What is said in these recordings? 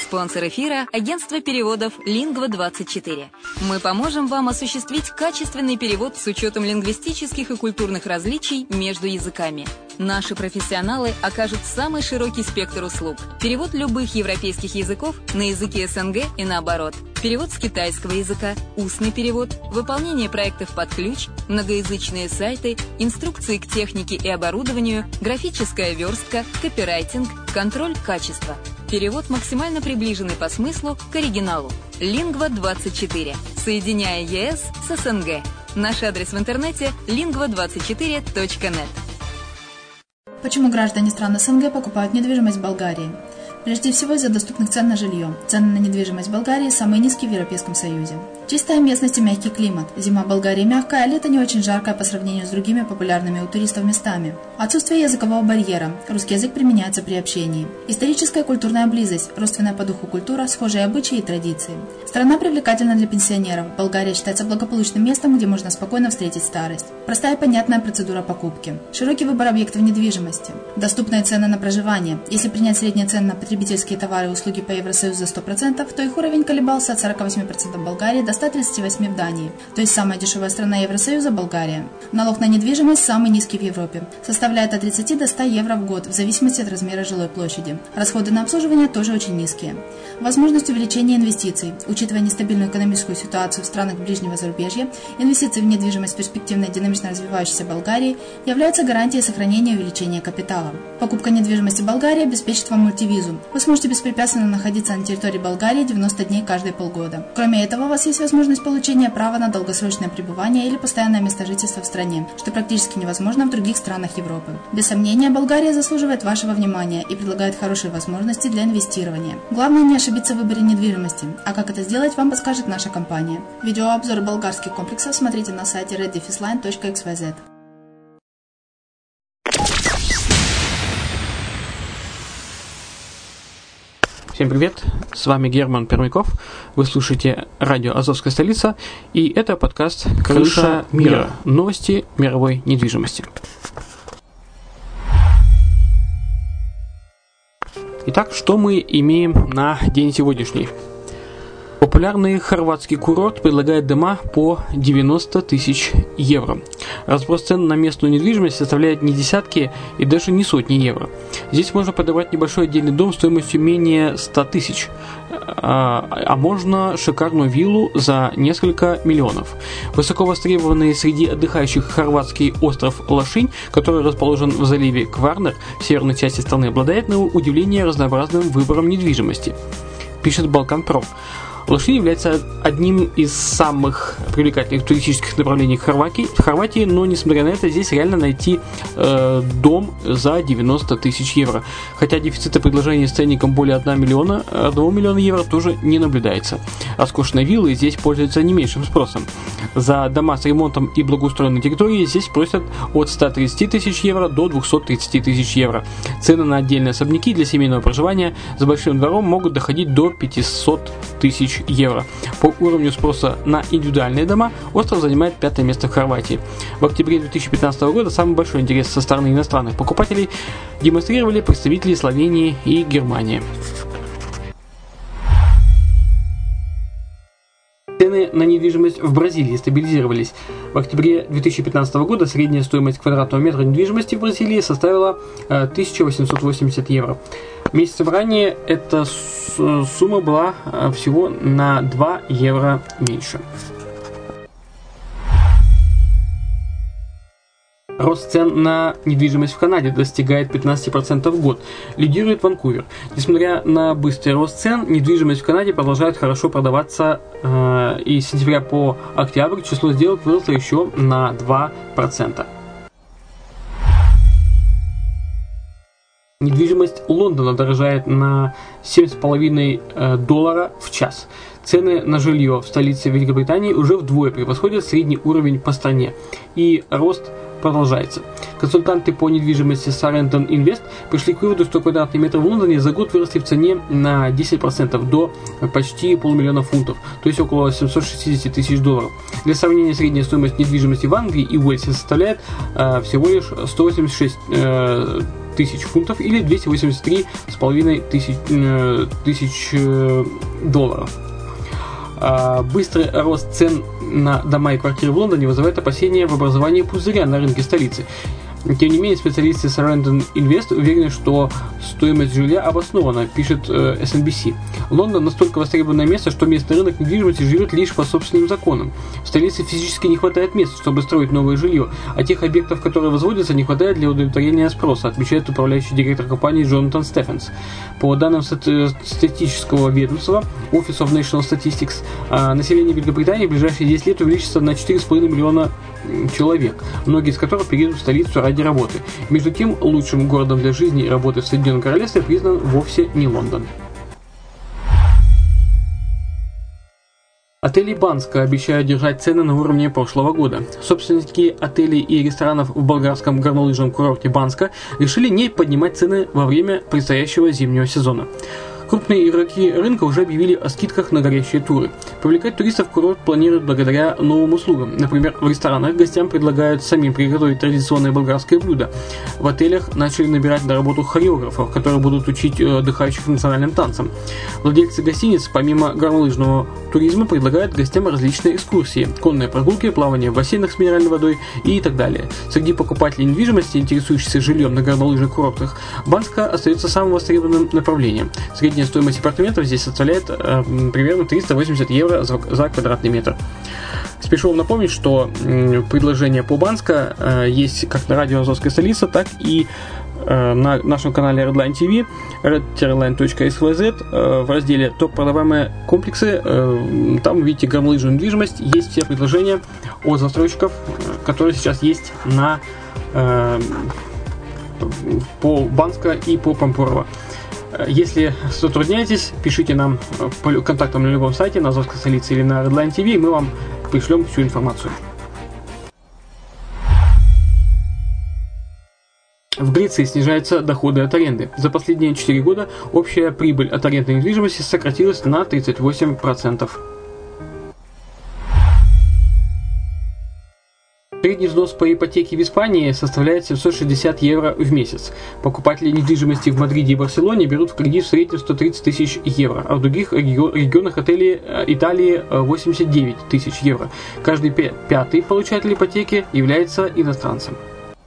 Спонсор эфира – агентство переводов Lingva24. Мы поможем вам осуществить качественный перевод с учетом лингвистических и культурных различий между языками. Наши профессионалы окажут самый широкий спектр услуг. Перевод любых европейских языков на языки СНГ и наоборот. Перевод с китайского языка, устный перевод, выполнение проектов под ключ, многоязычные сайты, инструкции к технике и оборудованию, графическая верстка, копирайтинг, контроль качества. Перевод максимально приближенный по смыслу к оригиналу. Lingva24. Соединяя ЕС с СНГ. Наш адрес в интернете lingva24.net. Почему граждане стран СНГ покупают недвижимость в Болгарии? Прежде всего из-за доступных цен на жилье. Цены на недвижимость в Болгарии самые низкие в Европейском Союзе. Чистая местность и мягкий климат. Зима в Болгарии мягкая, а лето не очень жаркое по сравнению с другими популярными у туристов местами. Отсутствие языкового барьера. Русский язык применяется при общении. Историческая и культурная близость. Родственная по духу культура, схожие обычаи и традиции. Страна привлекательна для пенсионеров. Болгария считается благополучным местом, где можно спокойно встретить старость. Простая и понятная процедура покупки. Широкий выбор объектов недвижимости. Доступные цены на проживание. Если принять средние цены на потребительские товары и услуги по Евросоюзу за 100%, то их уровень колебался от 48% в Болгарии до 138% в Дании. То есть самая дешевая страна Евросоюза – Болгария. Налог на недвижимость самый низкий в Европе. Составляет от 30 до 100 евро в год, в зависимости от размера жилой площади. Расходы на обслуживание тоже очень низкие. Возможность увеличения инвестиций. Учитывая нестабильную экономическую ситуацию в странах ближнего зарубежья, инвестиции в недвижимость перспективной и динамично развивающейся Болгарии являются гарантией сохранения и увеличения капитала. Покупка недвижимости в Болгарии обеспечит вам мультивизу. Вы сможете беспрепятственно находиться на территории Болгарии 90 дней каждые полгода. Кроме этого, у вас есть возможность получения права на долгосрочное пребывание или постоянное место жительства в стране, что практически невозможно в других странах Европы. Без сомнения, Болгария заслуживает вашего внимания и предлагает хорошие возможности для инвестирования. Главное не ошибиться в выборе недвижимости, а как это сделать, вам подскажет наша компания. Видеообзор болгарских комплексов смотрите на сайте reddefisline.xyz. Всем привет, с вами Герман Пермяков, вы слушаете радио «Азовская столица», и это подкаст «Крыша мира. Новости мировой недвижимости». Итак, что мы имеем на день сегодняшний? Популярный хорватский курорт предлагает дома по 90 тысяч евро. Разброс цен на местную недвижимость составляет не десятки и даже не сотни евро. Здесь можно подобрать небольшой отдельный дом стоимостью менее 100 тысяч, а можно шикарную виллу за несколько миллионов. Высоко востребованный среди отдыхающих хорватский остров Лашинь, который расположен в заливе Кварнер в северной части страны, обладает на удивление разнообразным выбором недвижимости, пишет Балкан.Про. Лашинь является одним из самых привлекательных туристических направлений Хорватии, но несмотря на это, здесь реально найти дом за 90 тысяч евро. Хотя дефицита предложений с ценником более 1 миллиона евро тоже не наблюдается. Роскошные виллы здесь пользуются не меньшим спросом. За дома с ремонтом и благоустроенной территорией здесь просят от 130 тысяч евро до 230 тысяч евро. Цены на отдельные особняки для семейного проживания с большим двором могут доходить до 500 тысяч евро. По уровню спроса на индивидуальные дома остров занимает 5-е место в Хорватии. В октябре 2015 года самый большой интерес со стороны иностранных покупателей демонстрировали представители Словении и Германии. Цены на недвижимость в Бразилии стабилизировались. В октябре 2015 года средняя стоимость квадратного метра недвижимости в Бразилии составила 1880 евро. Месяцем ранее эта сумма была всего на 2 евро меньше. Рост цен на недвижимость в Канаде достигает 15% в год. Лидирует Ванкувер. Несмотря на быстрый рост цен, недвижимость в Канаде продолжает хорошо продаваться, и с сентября по октябрь число сделок выросло еще на 2%. Недвижимость Лондона дорожает на $7,5 в час. Цены на жилье в столице Великобритании уже вдвое превосходят средний уровень по стране, и рост продолжается. Консультанты по недвижимости Sarandon Invest пришли к выводу, что квадратный метр в Лондоне за год выросли в цене на 10% до почти $500 000 фунтов, то есть около 760 тысяч долларов. Для сравнения, средняя стоимость недвижимости в Англии и Уэльсе составляет всего лишь 186 тысяч фунтов или 283,5 тысяч долларов. Быстрый рост цен на дома и квартиры в Лондоне вызывает опасения в образовании пузыря на рынке столицы. Тем не менее, специалисты Sarandon Invest уверены, что стоимость жилья обоснована, пишет SNBC. Лондон настолько востребованное место, что местный рынок недвижимости живет лишь по собственным законам. В столице физически не хватает мест, чтобы строить новое жилье, а тех объектов, которые возводятся, не хватает для удовлетворения спроса, отмечает управляющий директор компании Джонатан Стефенс. По данным статистического ведомства Office of National Statistics, население Великобритании в ближайшие 10 лет увеличится на 4,5 миллиона человек, многие из которых переедут в столицу ради работы. Между тем, лучшим городом для жизни и работы в Соединенном Королевстве признан вовсе не Лондон. Отели Банска обещают держать цены на уровне прошлого года. Собственники отелей и ресторанов в болгарском горнолыжном курорте Банска решили не поднимать цены во время предстоящего зимнего сезона. Крупные игроки рынка уже объявили о скидках на горящие туры. Привлекать туристов курорт планируют благодаря новым услугам. Например, в ресторанах гостям предлагают самим приготовить традиционное болгарское блюдо. В отелях начали набирать на работу хореографов, которые будут учить отдыхающих национальным танцам. Владельцы гостиниц, помимо горнолыжного туризма, предлагают гостям различные экскурсии, конные прогулки, плавание в бассейнах с минеральной водой и так далее. Среди покупателей недвижимости, интересующихся жильем на горнолыжных курортах, Банска остается самым востребованным направлением. Средняя стоимость апартаментов здесь составляет примерно 380 евро за квадратный метр. Спешу вам напомнить, что предложение по Банска есть как на радио «Азовская столица», так и на нашем канале Redline TV, redline.xyz, в разделе «Топ продаваемые комплексы». Там вы видите горнолыжную недвижимость. Есть все предложения от застройщиков, которые сейчас есть по Банска и по Пампорово. Если затрудняетесь, пишите нам по контактам на любом сайте, на Азовской столице или на Redline TV, и мы вам пришлем всю информацию. В Греции снижаются доходы от аренды. За последние 4 года общая прибыль от арендной недвижимости сократилась на 38%. Средний взнос по ипотеке в Испании составляет 760 евро в месяц. Покупатели недвижимости в Мадриде и Барселоне берут в кредит в среднем 130 тысяч евро, а в других регионах Италии 89 тысяч евро. Каждый пятый получатель ипотеки является иностранцем.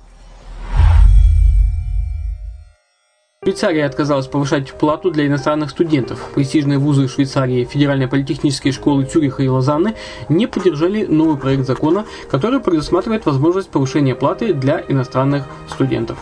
Швейцария отказалась повышать плату для иностранных студентов. Престижные вузы Швейцарии, федеральные политехнические школы Цюриха и Лозанны не поддержали новый проект закона, который предусматривает возможность повышения платы для иностранных студентов.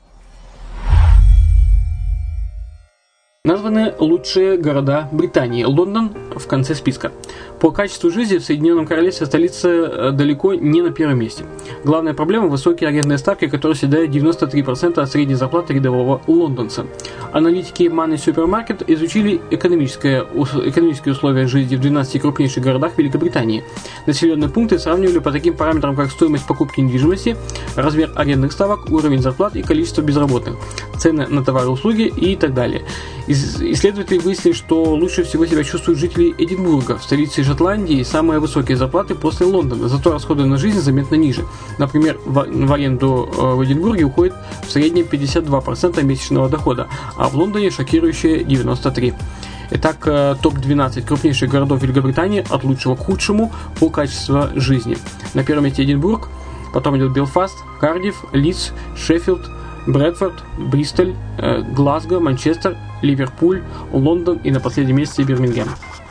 Названы лучшие города Британии. Лондон в конце списка. По качеству жизни в Соединенном Королевстве столица далеко не на первом месте. Главная проблема – высокие арендные ставки, которые съедают 93% от средней зарплаты рядового лондонца. Аналитики Money Supermarket изучили экономические условия жизни в 12 крупнейших городах Великобритании. Населенные пункты сравнивали по таким параметрам, как стоимость покупки недвижимости, размер арендных ставок, уровень зарплат и количество безработных, цены на товары и услуги и так далее. Исследователи выяснили, что лучше всего себя чувствуют жители Эдинбурга. В столице Шотландии самые высокие зарплаты после Лондона, зато расходы на жизнь заметно ниже. Например, в аренду в Эдинбурге уходит в среднем 52% месячного дохода, а в Лондоне шокирующие 93%. Итак, топ-12 крупнейших городов Великобритании от лучшего к худшему по качеству жизни. На первом месте Эдинбург, потом идет Белфаст, Кардифф, Лидс, Шеффилд, Брэдфорд, Бристоль, Глазго, Манчестер, Ливерпуль, Лондон и на последнем месте Бирмингем.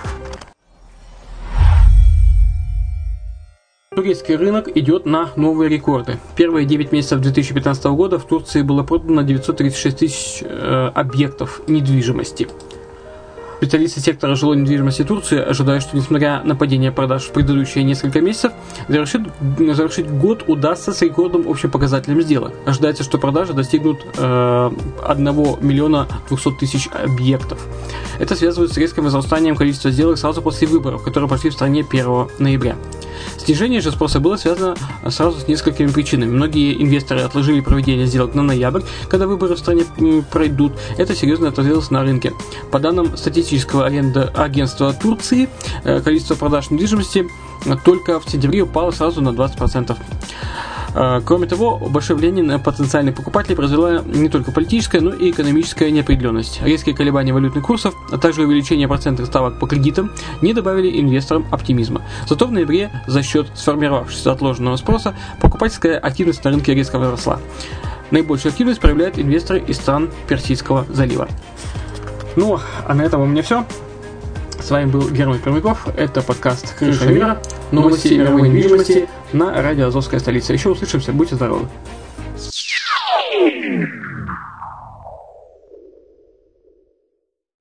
Турецкий рынок идет на новые рекорды. Первые 9 месяцев 2015 года в Турции было продано 936 тысяч объектов недвижимости. Специалисты сектора жилой недвижимости Турции ожидают, что несмотря на падение продаж в предыдущие несколько месяцев, завершить год удастся с рекордным общим показателем сделок. Ожидается, что продажи достигнут 1 миллиона 200 тысяч объектов. Это связывают с резким возрастанием количества сделок сразу после выборов, которые прошли в стране 1 ноября. Снижение же спроса было связано сразу с несколькими причинами. Многие инвесторы отложили проведение сделок на ноябрь, когда выборы в стране пройдут. Это серьезно отразилось на рынке. По данным статистического агентства Турции, количество продаж недвижимости только в сентябре упало сразу на 20%. Кроме того, большое влияние на потенциальных покупателей произвела не только политическая, но и экономическая неопределенность. Резкие колебания валютных курсов, а также увеличение процентных ставок по кредитам не добавили инвесторам оптимизма. Зато в ноябре за счет сформировавшегося отложенного спроса покупательская активность на рынке резко возросла. Наибольшую активность проявляют инвесторы из стран Персидского залива. Ну, а на этом у меня все. С вами был Герман Пермяков. Это подкаст «Крыша мира». Новости мировой недвижимости на радио «Азовская столица». Еще услышимся. Будьте здоровы.